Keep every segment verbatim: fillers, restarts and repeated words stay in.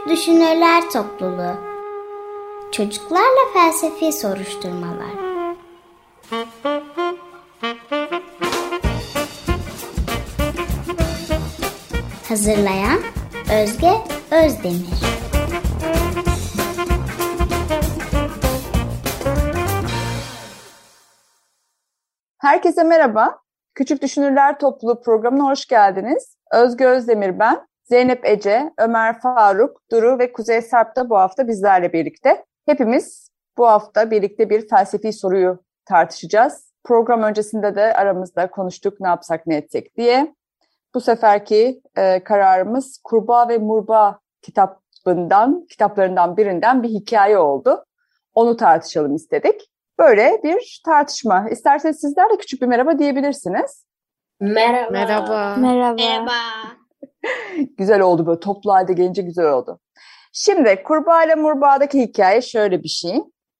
Küçük Düşünürler Topluluğu. Çocuklarla felsefi soruşturmalar. Hazırlayan Özge Özdemir. Herkese merhaba. Küçük Düşünürler Topluluğu programına hoş geldiniz. Özge Özdemir ben. Zeynep Ece, Ömer Faruk, Duru ve Kuzey Sarp da bu hafta bizlerle birlikte. Hepimiz bu hafta birlikte bir felsefi soruyu tartışacağız. Program öncesinde de aramızda konuştuk ne yapsak ne etsek diye. Bu seferki e, kararımız Kurbağa ve Murbağa kitabından, kitaplarından birinden bir hikaye oldu. Onu tartışalım istedik. Böyle bir tartışma. İsterseniz sizler de küçük bir merhaba diyebilirsiniz. Merhaba. Merhaba. Merhaba. Merhaba. Güzel oldu böyle. Toplu halde gelince güzel oldu. Şimdi Kurbağa ile Murbağa'daki hikaye şöyle bir şey.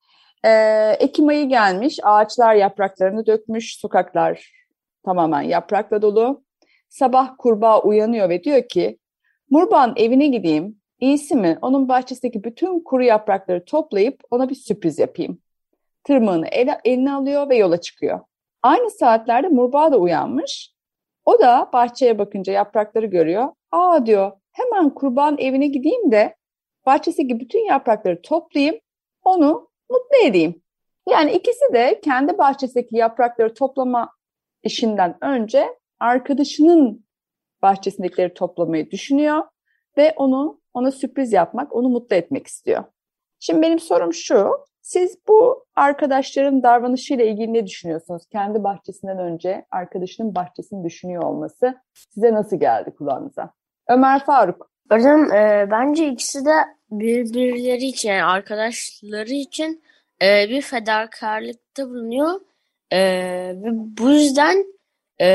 Ee, Ekim ayı gelmiş. Ağaçlar yapraklarını dökmüş. Sokaklar tamamen yaprakla dolu. Sabah kurbağa uyanıyor ve diyor ki Murbağa'nın evine gideyim. İyisi mi? Onun bahçesindeki bütün kuru yaprakları toplayıp ona bir sürpriz yapayım. Tırmığını el, eline alıyor ve yola çıkıyor. Aynı saatlerde Murbağa da uyanmış. O da bahçeye bakınca yaprakları görüyor. Aa diyor, hemen kurbağanın evine gideyim de bahçesindeki bütün yaprakları toplayayım, onu mutlu edeyim. Yani ikisi de kendi bahçesindeki yaprakları toplama işinden önce arkadaşının bahçesindekileri toplamayı düşünüyor ve onu ona sürpriz yapmak, onu mutlu etmek istiyor. Şimdi benim sorum şu, siz bu arkadaşların davranışıyla ilgili ne düşünüyorsunuz? Kendi bahçesinden önce arkadaşının bahçesini düşünüyor olması size nasıl geldi kulağınıza? Ömer Faruk. Hocam e, bence ikisi de birbirleri için, yani arkadaşları için e, bir fedakarlıkta bulunuyor. E, ve bu yüzden e,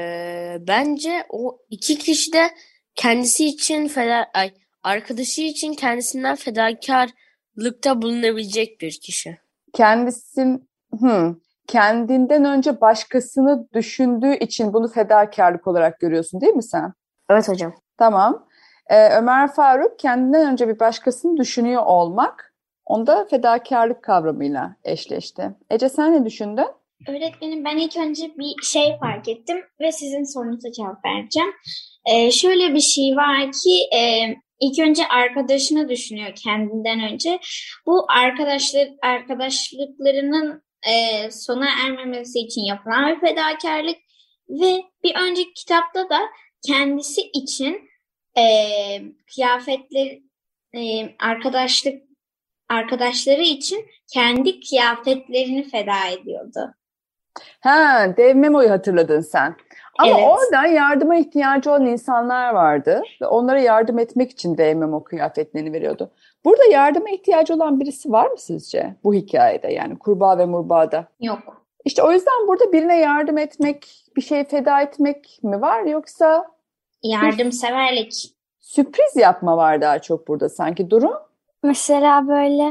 bence o iki kişi de kendisi için feda, ay, arkadaşı için kendisinden fedakarlıkta bulunabilecek bir kişi. Kendisi, hmm, kendinden önce başkasını düşündüğü için bunu fedakarlık olarak görüyorsun değil mi sen? Evet hocam. Tamam. Ee, Ömer Faruk kendinden önce bir başkasını düşünüyor olmak onda fedakarlık kavramıyla eşleşti. Ece sen ne düşündün? Öğretmenim ben ilk önce bir şey fark ettim ve sizin sorunuza cevap vereceğim. Ee, şöyle bir şey var ki e, ilk önce arkadaşını düşünüyor kendinden önce. Bu arkadaşlık arkadaşlıklarının e, sona ermemesi için yapılan bir fedakarlık ve bir önceki kitapta da kendisi için e, kıyafetler e, arkadaşlık arkadaşları için kendi kıyafetlerini feda ediyordu. Ha, Dev Memo'yu hatırladın sen. Ama Evet. orada yardıma ihtiyacı olan insanlar vardı ve onlara yardım etmek için Dev Memo kıyafetlerini veriyordu. Burada yardıma ihtiyacı olan birisi var mı sizce bu hikayede, yani Kurbağa ve Murbağa'da? Yok. İşte o yüzden burada birine yardım etmek, bir şey feda etmek mi var, yoksa Yardımseverlik. sürpriz yapma var daha çok burada sanki durum? Mesela böyle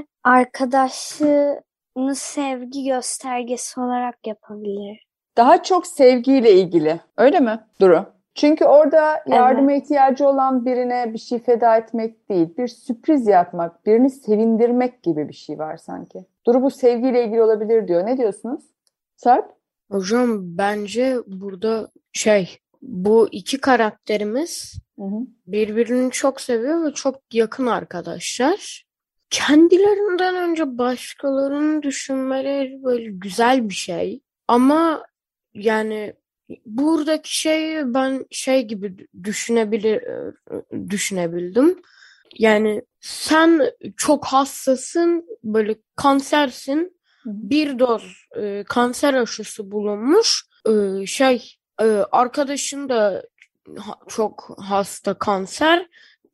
arkadaşlığını sevgi göstergesi olarak yapabilir. Daha çok sevgiyle ilgili, öyle mi Duru? Çünkü orada yardıma Evet. ihtiyacı olan birine bir şey feda etmek değil, bir sürpriz yapmak, birini sevindirmek gibi bir şey var sanki. Duru bu sevgiyle ilgili olabilir diyor. Ne diyorsunuz? Sarp? Hocam bence burada şey, bu iki karakterimiz Hı hı. birbirini çok seviyor ve çok yakın arkadaşlar. Kendilerinden önce başkalarını düşünmeleri böyle güzel bir şey. Ama yani buradaki şeyi ben şey gibi düşünebilir düşünebildim. Yani sen çok hassasın, böyle kansersin. Hı hı. Bir doz e, kanser aşısı bulunmuş. E, şey e, arkadaşın da ha- çok hasta, kanser.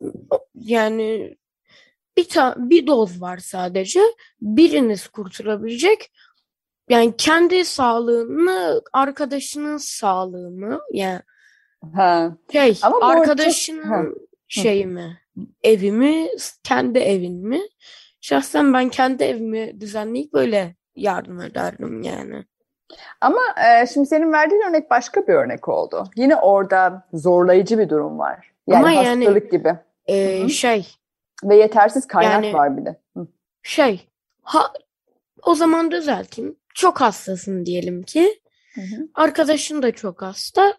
Yani bir ta- bir doz var sadece. Biriniz kurtulabilecek. Yani kendi sağlığını, arkadaşının sağlığını, yani Ha. şey, Ama bu çok- arkadaşının Ha. şeyi mi, evi mi, kendi evin mi? Şahsen ben kendi evimi düzenleyip böyle yardım ederdim yani. Ama e, şimdi senin verdiğin örnek başka bir örnek oldu. Yine orada zorlayıcı bir durum var. Yani Ama yani hastalık gibi. e, Hı hı. şey Ve yetersiz kaynak Yani var bir de. Hı. şey ha, o zaman düzelteyim. Çok hastasın diyelim ki. Hı hı. Arkadaşın da çok hasta.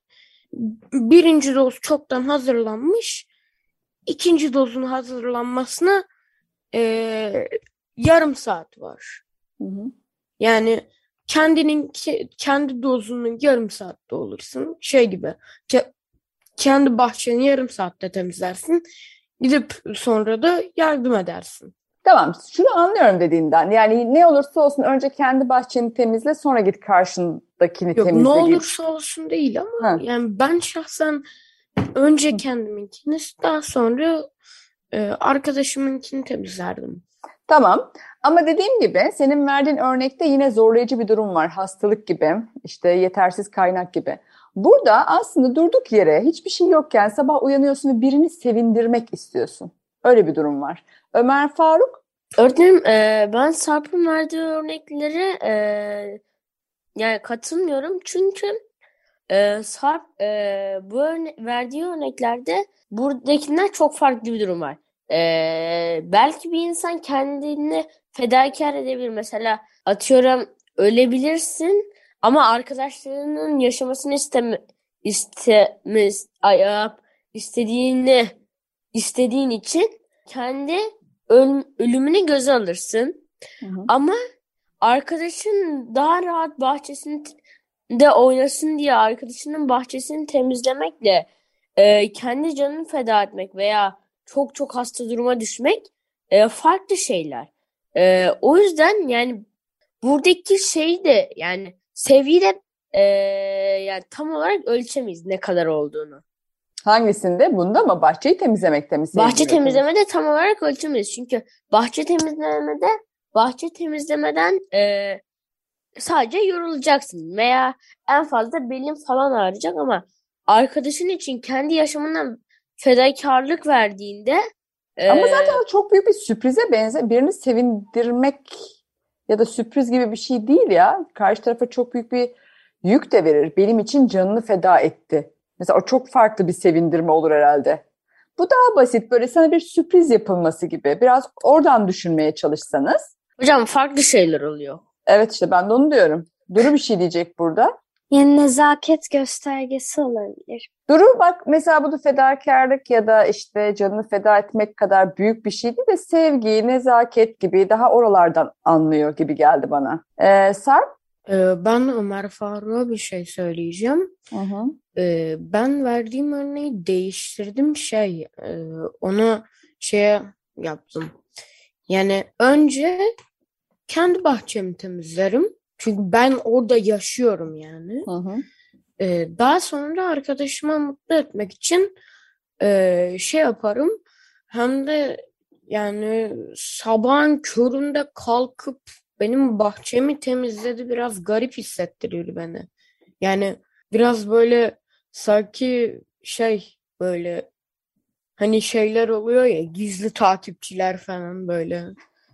Birinci doz çoktan hazırlanmış. İkinci dozun hazırlanmasına eee, yarım saat var. Hı hı. Yani kendinin ke- kendi dozunun yarım saatte olursun. Şey gibi. ke- kendi bahçeni yarım saatte temizlersin. Gidip sonra da yardım edersin. Tamam, şunu anlıyorum dediğinden. Yani ne olursa olsun önce kendi bahçeni temizle, sonra git karşındakini Yok, ne temizle gibi. olursa olsun değil ama Ha. yani ben şahsen önce kendiminkini, daha sonra e, arkadaşımınkini temizlerdim. Tamam. Ama dediğim gibi senin verdiğin örnekte yine zorlayıcı bir durum var. Hastalık gibi, işte yetersiz kaynak gibi. Burada aslında durduk yere hiçbir şey yokken sabah uyanıyorsun ve birini sevindirmek istiyorsun. Öyle bir durum var. Ömer Faruk? Öğretmenim, e, ben Sarp'ın verdiği örneklere e, yani katılmıyorum. Çünkü e, Sarp e, bu örne- verdiği örneklerde buradakinden çok farklı bir durum var. E, belki bir insan kendini fedakar edebilir. Mesela atıyorum, ölebilirsin ama arkadaşlarının yaşamasını isteme, istemez, ay, aa, istediğini istediğin için kendi öl- ölümünü göze alırsın. Hı hı. Ama arkadaşın daha rahat bahçesinde oynasın diye arkadaşının bahçesini temizlemekle e, kendi canını feda etmek veya çok çok hasta duruma düşmek e, farklı şeyler. E, o yüzden yani buradaki şey de, yani seviyi de e, yani tam olarak ölçemeyiz ne kadar olduğunu. Hangisinde? Bunda mı? Bahçeyi temizlemekte mi? Bahçe sevgili temizleme de tam olarak ölçemeyiz. Çünkü bahçe temizlemede bahçe temizlemeden e, sadece yorulacaksın veya en fazla belin falan ağrıyacak, ama arkadaşın için kendi yaşamından fedakarlık verdiğinde e, Ama zaten o çok büyük bir sürprize benzer. Birini sevindirmek ya da sürpriz gibi bir şey değil ya. Karşı tarafa çok büyük bir yük de verir. Benim için canını feda etti. Mesela o çok farklı bir sevindirme olur herhalde. Bu daha basit, böyle sana bir sürpriz yapılması gibi. Biraz oradan düşünmeye çalışsanız. hocam farklı şeyler oluyor. Evet, işte ben de onu diyorum. Duru bir şey diyecek burada. Yani nezaket göstergesi olabilir. Duru bak, mesela bu da fedakarlık ya da işte canını feda etmek kadar büyük bir şey değil de sevgi, nezaket gibi daha oralardan anlıyor gibi geldi bana. Ee, Sarp? E, ben Ömer Faruk'a bir şey söyleyeceğim. Hı hı. E, ben verdiğim örneği değiştirdim, şey e, onu şeye yaptım. Yani önce kendi bahçemi temizlerim. Çünkü ben orada yaşıyorum yani. Hı hı. Ee, daha sonra arkadaşıma mutlu etmek için e, şey yaparım. Hem de yani sabahın köründe kalkıp benim bahçemi temizledi, biraz garip hissettiriyor beni. Yani biraz böyle sanki şey, böyle hani şeyler oluyor ya, gizli takipçiler falan böyle.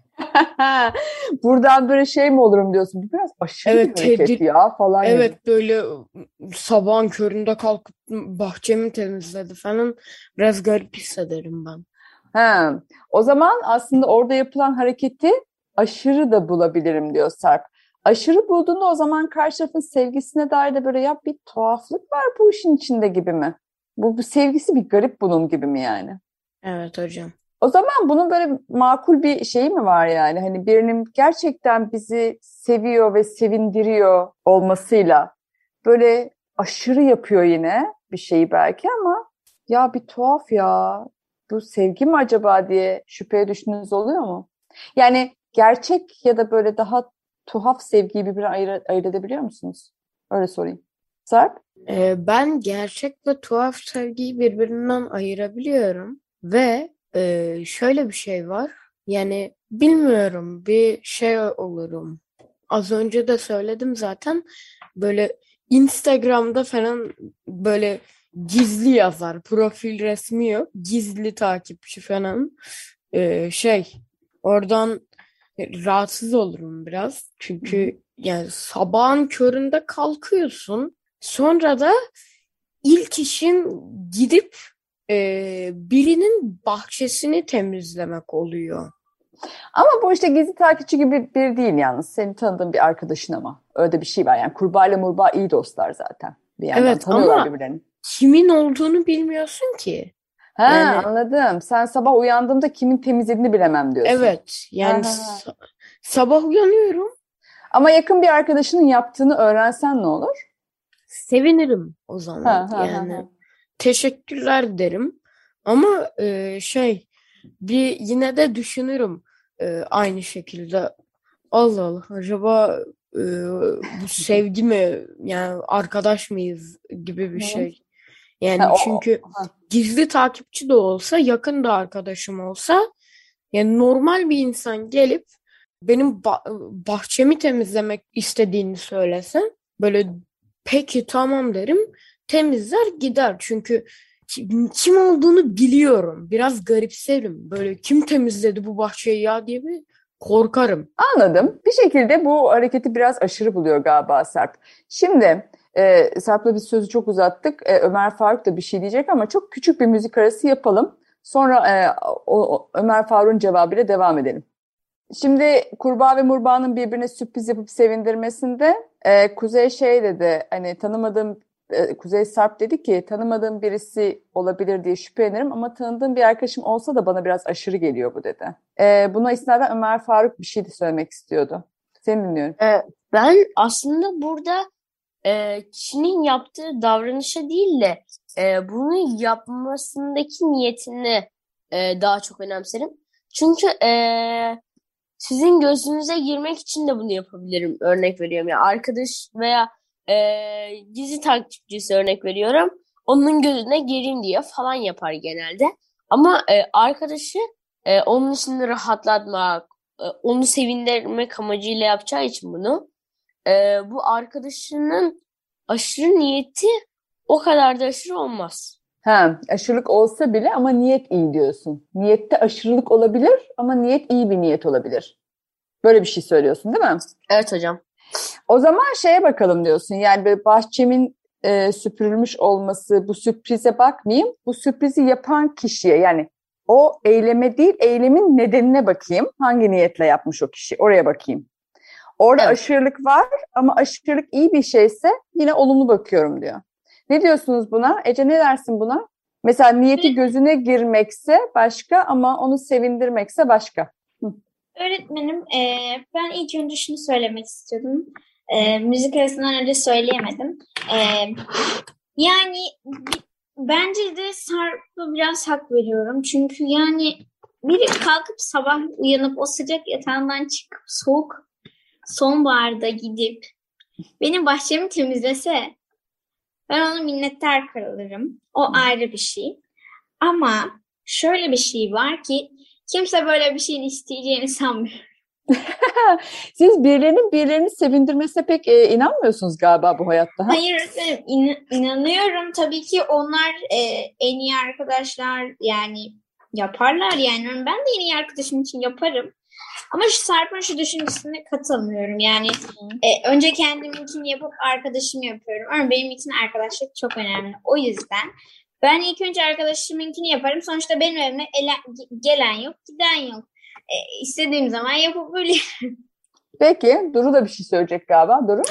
Buradan böyle şey mi olurum diyorsun? Bu biraz aşırı Evet, bir hareket tedir ya falan gibi. evet böyle sabahın köründe kalkıp bahçemi temizledi falan, biraz garip hissederim ben. Ha, o zaman aslında orada yapılan hareketi aşırı da bulabilirim diyor Sarp. Aşırı bulduğunda o zaman karşı tarafın sevgisine dair de böyle, ya bir tuhaflık var bu işin içinde gibi mi? Bu, bu sevgisi bir garip bunun gibi mi yani? Evet hocam. O zaman bunun böyle makul bir şeyi mi var yani? Hani birinin gerçekten bizi seviyor ve sevindiriyor olmasıyla böyle aşırı yapıyor yine bir şeyi belki, ama ya bir tuhaf ya, bu sevgi mi acaba diye şüpheye düştüğünüz oluyor mu? Yani gerçek ya da böyle daha tuhaf sevgiyi birbirine ayırt, ayırt edebiliyor musunuz? Öyle sorayım. Sarp? Ee, ben gerçek ve tuhaf sevgiyi birbirinden ayırabiliyorum ve e, şöyle bir şey var. Yani bilmiyorum, bir şey olurum. Az önce de söyledim zaten, böyle Instagram'da falan böyle gizli yazar. Profil resmi yok. Gizli takipçi falan. Ee, şey oradan rahatsız olurum biraz. Çünkü yani sabahın köründe kalkıyorsun. Sonra da ilk işin gidip e, birinin bahçesini temizlemek oluyor. Ama bu işte gizli takipçi gibi bir değil yalnız. Senin tanıdığın bir arkadaşın ama. Öyle bir şey var yani. Kurbağa ile murbağa iyi dostlar zaten. Bir yandan Evet tanıyorlar ama birbirlerini. kimin olduğunu bilmiyorsun ki. Ha, Yani anladım. Sen sabah uyandığımda kimin temizlediğini bilemem diyorsun. evet yani Ha, ha, sa- sabah uyanıyorum, Ama yakın bir arkadaşının yaptığını öğrensen ne olur? sevinirim o Ha, zaman. ha, ha, Yani ha. teşekkürler derim. Ama e, şey bir yine de düşünürüm e, aynı şekilde. Allah Allah, acaba e, bu sevgi mi, yani arkadaş mıyız gibi bir Hı. şey. Ha, Yani o, çünkü ha. gizli takipçi de olsa, yakın da arkadaşım olsa, yani normal bir insan gelip benim ba- bahçemi temizlemek istediğini söylesen, böyle peki tamam derim, temizler gider. Çünkü kim, kim olduğunu biliyorum. Biraz garipserim. Böyle kim temizledi bu bahçeyi ya diye bir korkarım. Anladım. Bir şekilde bu hareketi biraz aşırı buluyor galiba Sarp. Şimdi e, Sarp'la biz sözü çok uzattık. E, Ömer Faruk da bir şey diyecek ama çok küçük bir müzik arası yapalım. Sonra e, o, o, Ömer Faruk'un cevabıyla devam edelim. Şimdi kurbağa ve murbağanın birbirine sürpriz yapıp sevindirmesinde e, Kuzey şey dedi, hani tanımadığım e, Kuzey Sarp dedi ki tanımadığım birisi olabilir diye şüphelenirim ama tanıdığım bir arkadaşım olsa da bana biraz aşırı geliyor bu dedi. E, buna istinaden Ömer Faruk bir şey de söylemek istiyordu. Seni dinliyorum. Ee, ben aslında burada e, kişinin yaptığı davranışa değil de e, bunu yapmasındaki niyetini e, daha çok önemserim. Çünkü e, sizin gözünüze girmek için de bunu yapabilirim. Örnek veriyorum ya, arkadaş veya e, gizli takipçisi örnek veriyorum. Onun gözüne gireyim diye falan yapar genelde. Ama e, arkadaşı e, onun için rahatlatmak, e, onu sevindirmek amacıyla yapacağı için bunu, e, bu arkadaşının aşırı niyeti o kadar da aşırı olmaz. Ha, aşırılık olsa bile ama niyet iyi diyorsun. Niyette aşırılık olabilir ama niyet iyi bir niyet olabilir. Böyle bir şey söylüyorsun değil mi? Evet hocam. O zaman şeye bakalım diyorsun. Yani böyle bahçemin e, süpürülmüş olması, bu sürprize bakmayayım. Bu sürprizi yapan kişiye, yani o eyleme değil, eylemin nedenine bakayım. Hangi niyetle yapmış o kişi? Oraya bakayım. Orada Evet. aşırılık var ama aşırılık iyi bir şeyse yine olumlu bakıyorum diyor. Ne diyorsunuz buna? Ece, ne dersin buna? Mesela niyeti gözüne girmekse başka ama onu sevindirmekse başka. Hı. Öğretmenim, e, ben ilk önce şunu söylemek istiyordum. E, müzik arasından önce söyleyemedim. E, yani bi- bence de Sarp'a biraz hak veriyorum. Çünkü yani biri kalkıp sabah uyanıp o sıcak yatağından çıkıp soğuk sonbaharda gidip benim bahçemi temizlese ben ona minnettar kalırım. O ayrı bir şey. Ama şöyle bir şey var ki kimse böyle bir şeyin isteyeceğini sanmıyor. Siz birilerinin birilerini sevindirmesine pek e, inanmıyorsunuz galiba bu hayatta. Ha? Hayır öğretmenim, in- inanıyorum. Tabii ki onlar e, en iyi arkadaşlar, yani yaparlar yani. Ben de en iyi arkadaşım için yaparım. Ama şu Sarp'ın şu düşüncesine katılmıyorum. Yani e, önce kendiminkini yapıp arkadaşımı yapıyorum. Ama benim için arkadaşlık çok önemli. O yüzden ben ilk önce arkadaşımınkini yaparım. Sonuçta benim evime ele- gelen yok, giden yok. E, istediğim zaman yapabilirim. Peki, Duru da bir şey söyleyecek galiba. Duru?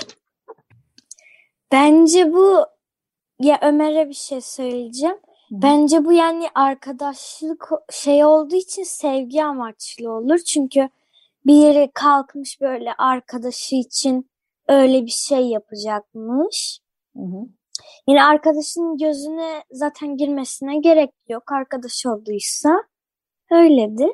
Bence bu, ya Ömer'e bir şey söyleyeceğim. Bence bu yani arkadaşlık şey olduğu için sevgi amaçlı olur. Çünkü biri kalkmış böyle arkadaşı için öyle bir şey yapacakmış. Hı hı. Yani arkadaşının gözüne zaten girmesine gerek yok. Arkadaş olduysa öyledir.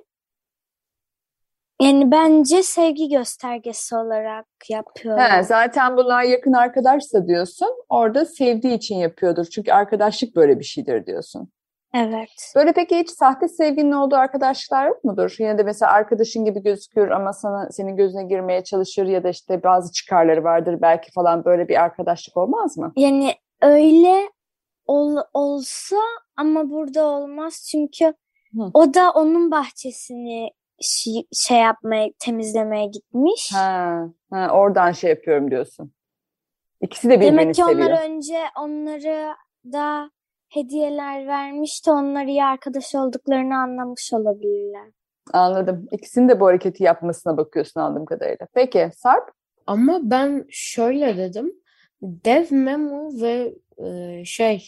Yani bence sevgi göstergesi olarak yapıyorlar. He, zaten bunlar yakın arkadaşsa diyorsun, orada sevdiği için yapıyordur. Çünkü arkadaşlık böyle bir şeydir diyorsun. Evet. Böyle peki hiç sahte sevginin olduğu arkadaşlar yok mudur? Yine de mesela arkadaşın gibi gözükür ama sana senin gözüne girmeye çalışır ya da işte bazı çıkarları vardır belki falan, böyle bir arkadaşlık olmaz mı? Yani öyle ol, olsa ama burada olmaz çünkü Hı. o da onun bahçesini şey, şey yapmaya, temizlemeye gitmiş. Ha, ha, oradan şey yapıyorum diyorsun. İkisi de birbirini Demek ki seviyor. onlar önce onları da hediyeler vermiş de onlar iyi arkadaş olduklarını anlamış olabilirler. Anladım. İkisinin de bu hareketi yapmasına bakıyorsun anladığım kadarıyla. Peki Sarp? Ama ben şöyle dedim. Dev Memo ve e, şey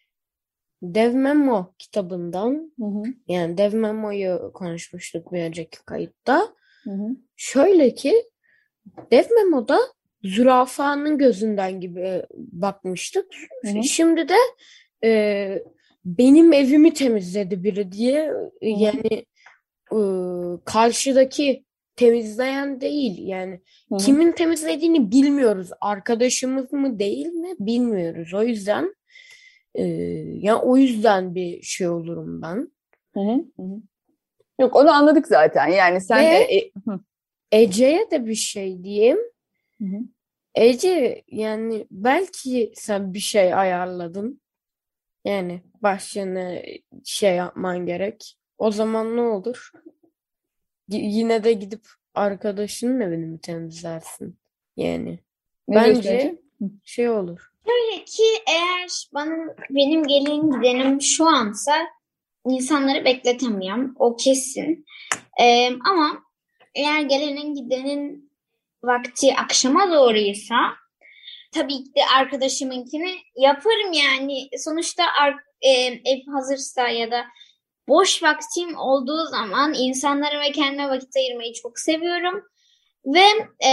Dev Memo kitabından, Hı hı. yani Dev Memo'yu konuşmuştuk bir önceki kayıtta. Hı hı. Şöyle ki Dev Memo'da zürafanın gözünden gibi bakmıştık. Hı hı. Şimdi de e, benim evimi temizledi biri diye, e, yani e, karşıdaki temizleyen değil, yani Hı hı. kimin temizlediğini bilmiyoruz. Arkadaşımız mı değil mi bilmiyoruz. O yüzden e, ya o yüzden bir şey olurum ben. Hı hı. Hı hı. Yok onu anladık zaten. Yani sen Ve e, e, hı. Ece'ye de bir şey diyeyim. Hı hı. Ece, yani belki sen bir şey ayarladın. Yani başını şey yapman gerek. O zaman ne olur? Y- yine de gidip arkadaşının evini mi temizlersin? Yani Ne diyorsun bence Ece? Hı. şey olur. Şöyle ki eğer bana, benim gelin gidenim şu ansa insanları bekletemiyorum. O kesin. Ee, ama eğer gelenin gidenin vakti akşama doğruysa tabii ki de arkadaşımınkini yaparım yani. Sonuçta ar- e, ev hazırsa ya da boş vaktim olduğu zaman insanlara ve kendime vakit ayırmayı çok seviyorum. Ve e,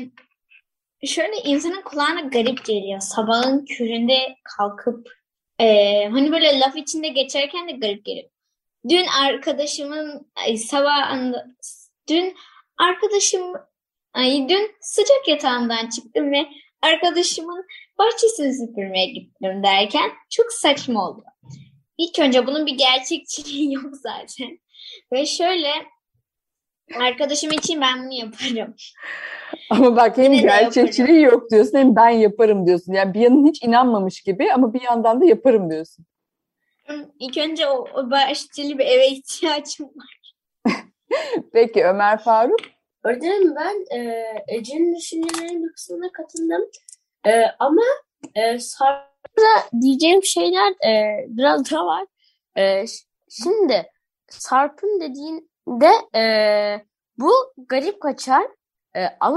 şöyle insanın kulağına garip geliyor. Sabahın köründe kalkıp e, hani böyle laf içinde geçerken de garip geliyor. Dün arkadaşımın ay, sabahında dün arkadaşım ay dün sıcak yatağından çıktım ve arkadaşımın bahçesini süpürmeye gittim derken çok saçma oldu. İlk önce bunun bir gerçekçiliği yok zaten. Ve şöyle arkadaşım için ben bunu yaparım. Ama bak hem Yine de gerçekçiliği yok diyorsun hem ben yaparım diyorsun. Yani bir yanın hiç inanmamış gibi ama bir yandan da yaparım diyorsun. İlk önce o, o bahçeli bir eve ihtiyacım var. Peki Ömer Faruk? Öğretmenim ben e, Ece'nin düşüncelerinin bir kısmına katıldım. E, ama e, Sarp'a diyeceğim şeyler e, biraz daha var. E, ş- şimdi Sarp'ın dediğinde e, bu garip kaçar. E, ama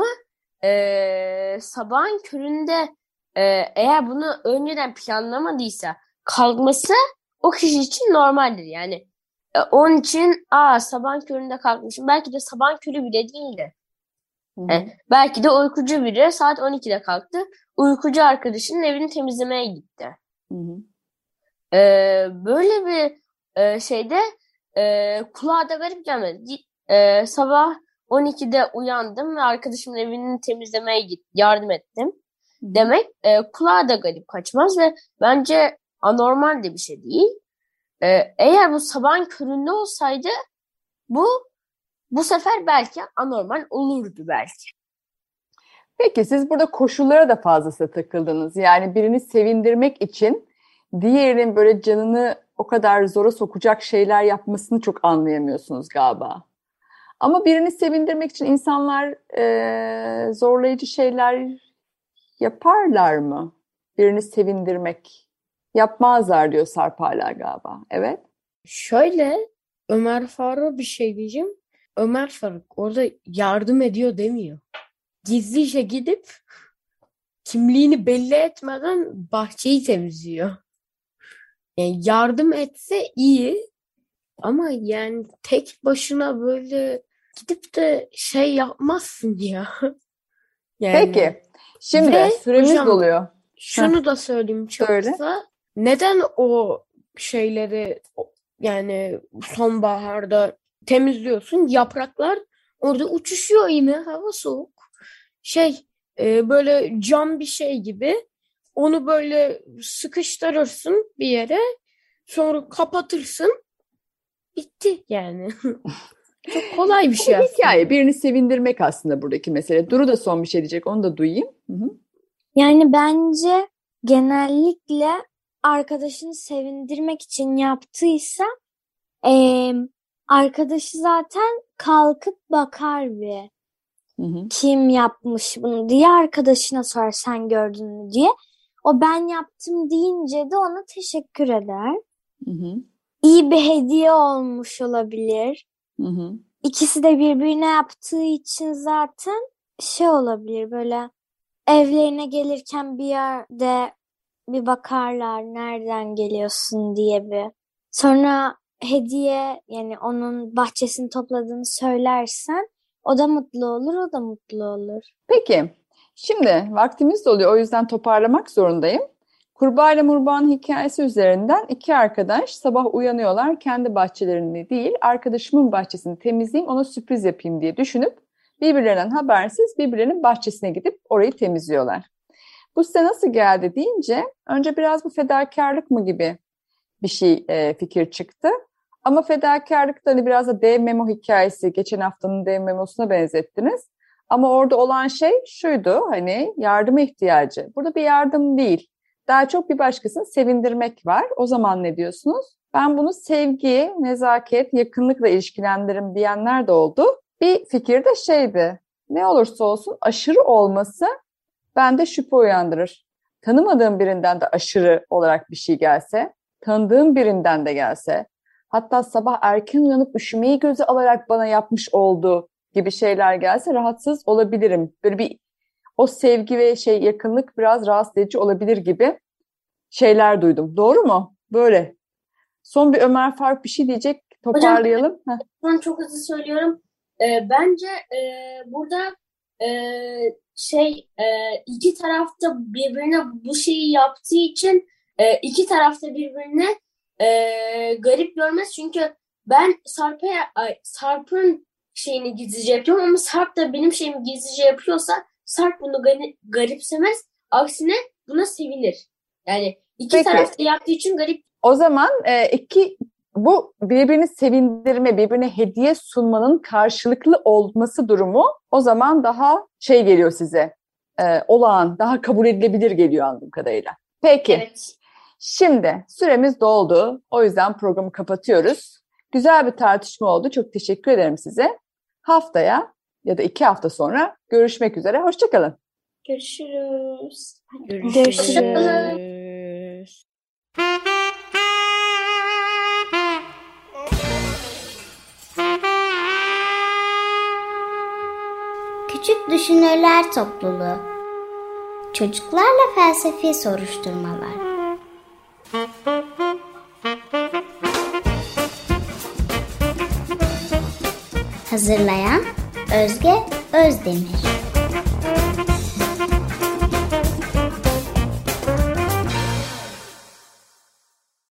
e, sabahın köründe e, eğer bunu önceden planlamadıysa kalkması o kişi için normaldir. Yani e, onun için aa sabahın köründe kalkmışım. Belki de sabahın körü bile değildi. Hı hı. E, belki de uykucu biri saat on ikide kalktı. Uykucu arkadaşının evini temizlemeye gitti. Hı hı. E, böyle bir e, şeyde e, kulağa da garip gelmedi. E, sabah on ikide uyandım ve arkadaşımın evini temizlemeye git, yardım ettim. Demek e, kulağa da garip kaçmaz ve bence anormal de bir şey değil. E, eğer bu sabahın köründe olsaydı bu bu sefer belki anormal olurdu belki. Peki siz burada koşullara da fazlasıyla takıldınız. Yani birini sevindirmek için diğerinin böyle canını o kadar zora sokacak şeyler yapmasını çok anlayamıyorsunuz galiba. Ama birini sevindirmek için insanlar eee, zorlayıcı şeyler yaparlar mı? Birini sevindirmek. Yapmazlar diyor Sarp hala galiba. Evet. Şöyle, Ömer Faruk'a bir şey diyeceğim. Ömer Faruk orada yardım ediyor demiyor. Gizlice gidip kimliğini belli etmeden bahçeyi temizliyor. Yani yardım etse iyi ama yani tek başına böyle gidip de şey yapmazsın ya. Yani Peki. Şimdi ve süremiz hocam doluyor. şunu da söyleyeyim çok Söyle. kısa. Neden o şeyleri o- yani sonbaharda temizliyorsun? Yapraklar orada uçuşuyor yine. Hava soğuk. Şey e, böyle cam bir şey gibi. Onu böyle sıkıştırırsın bir yere. Sonra kapatırsın. Bitti yani. Çok kolay bir şey Bu hikaye aslında. birini sevindirmek aslında buradaki mesele. Duru da son bir şey diyecek. Onu da duyayım. Hı hı. Yani bence genellikle arkadaşını sevindirmek için yaptıysa eee, arkadaşı zaten kalkıp bakar bir. Hı hı. Kim yapmış bunu diye arkadaşına sorar sen gördün mü diye. O ben yaptım deyince de ona teşekkür eder. Hı hı. İyi bir hediye olmuş olabilir. Hı hı. İkisi de birbirine yaptığı için zaten şey olabilir, böyle evlerine gelirken bir yerde bir bakarlar nereden geliyorsun diye bir. Sonra hediye, yani onun bahçesini topladığını söylersen o da mutlu olur, o da mutlu olur. Peki, şimdi vaktimiz doluyor, o yüzden toparlamak zorundayım. Kurbağa ile Murbağa'nın hikayesi üzerinden iki arkadaş sabah uyanıyorlar, kendi bahçelerini değil, arkadaşımın bahçesini temizleyeyim, ona sürpriz yapayım diye düşünüp birbirlerinden habersiz birbirlerinin bahçesine gidip orayı temizliyorlar. Bu size nasıl geldi deyince önce biraz bu fedakarlık mı gibi bir şey e, fikir çıktı. Ama fedakarlık da hani biraz da dev memo hikayesi, geçen haftanın dev memosuna benzettiniz. Ama orada olan şey şuydu, hani yardıma ihtiyacı. Burada bir yardım değil. Daha çok bir başkasını sevindirmek var. O zaman ne diyorsunuz? Ben bunu sevgi, nezaket, yakınlıkla ilişkilendiririm diyenler de oldu. Bir fikir de şeydi, ne olursa olsun aşırı olması bende şüphe uyandırır. Tanımadığım birinden de aşırı olarak bir şey gelse, tanıdığım birinden de gelse, hatta sabah erken uyanıp üşümeyi göze alarak bana yapmış olduğu gibi şeyler gelse rahatsız olabilirim. Böyle bir o sevgi ve şey yakınlık biraz rahatsız edici olabilir gibi şeyler duydum. Doğru mu? Böyle. Son bir Ömer Faruk bir şey diyecek. Toparlayalım. Hocam, ben çok hızlı söylüyorum. Ee, bence e, burada e, şey e, iki tarafta birbirine bu şeyi yaptığı için e, iki tarafta birbirine e, garip görmez. Çünkü ben Sarp'a ay, Sarp'ın şeyini gizlice yapıyorum ama Sarp da benim şeyimi gizlice yapıyorsa Sarp bunu gani- garipsemez. Aksine buna sevinir. Yani iki Peki. tarafta yaptığı için garip. O zaman e, iki bu birbirini sevindirme, birbirine hediye sunmanın karşılıklı olması durumu o zaman daha şey geliyor size, e, olağan, daha kabul edilebilir geliyor anladığım kadarıyla. Peki, Evet. Şimdi süremiz doldu. O yüzden programı kapatıyoruz. Güzel bir tartışma oldu. Çok teşekkür ederim size. Haftaya ya da iki hafta sonra görüşmek üzere. Hoşça kalın. Görüşürüz. Görüşürüz. Küçük Düşünürler Topluluğu. Çocuklarla felsefi soruşturmalar. Hazırlayan Özge Özdemir.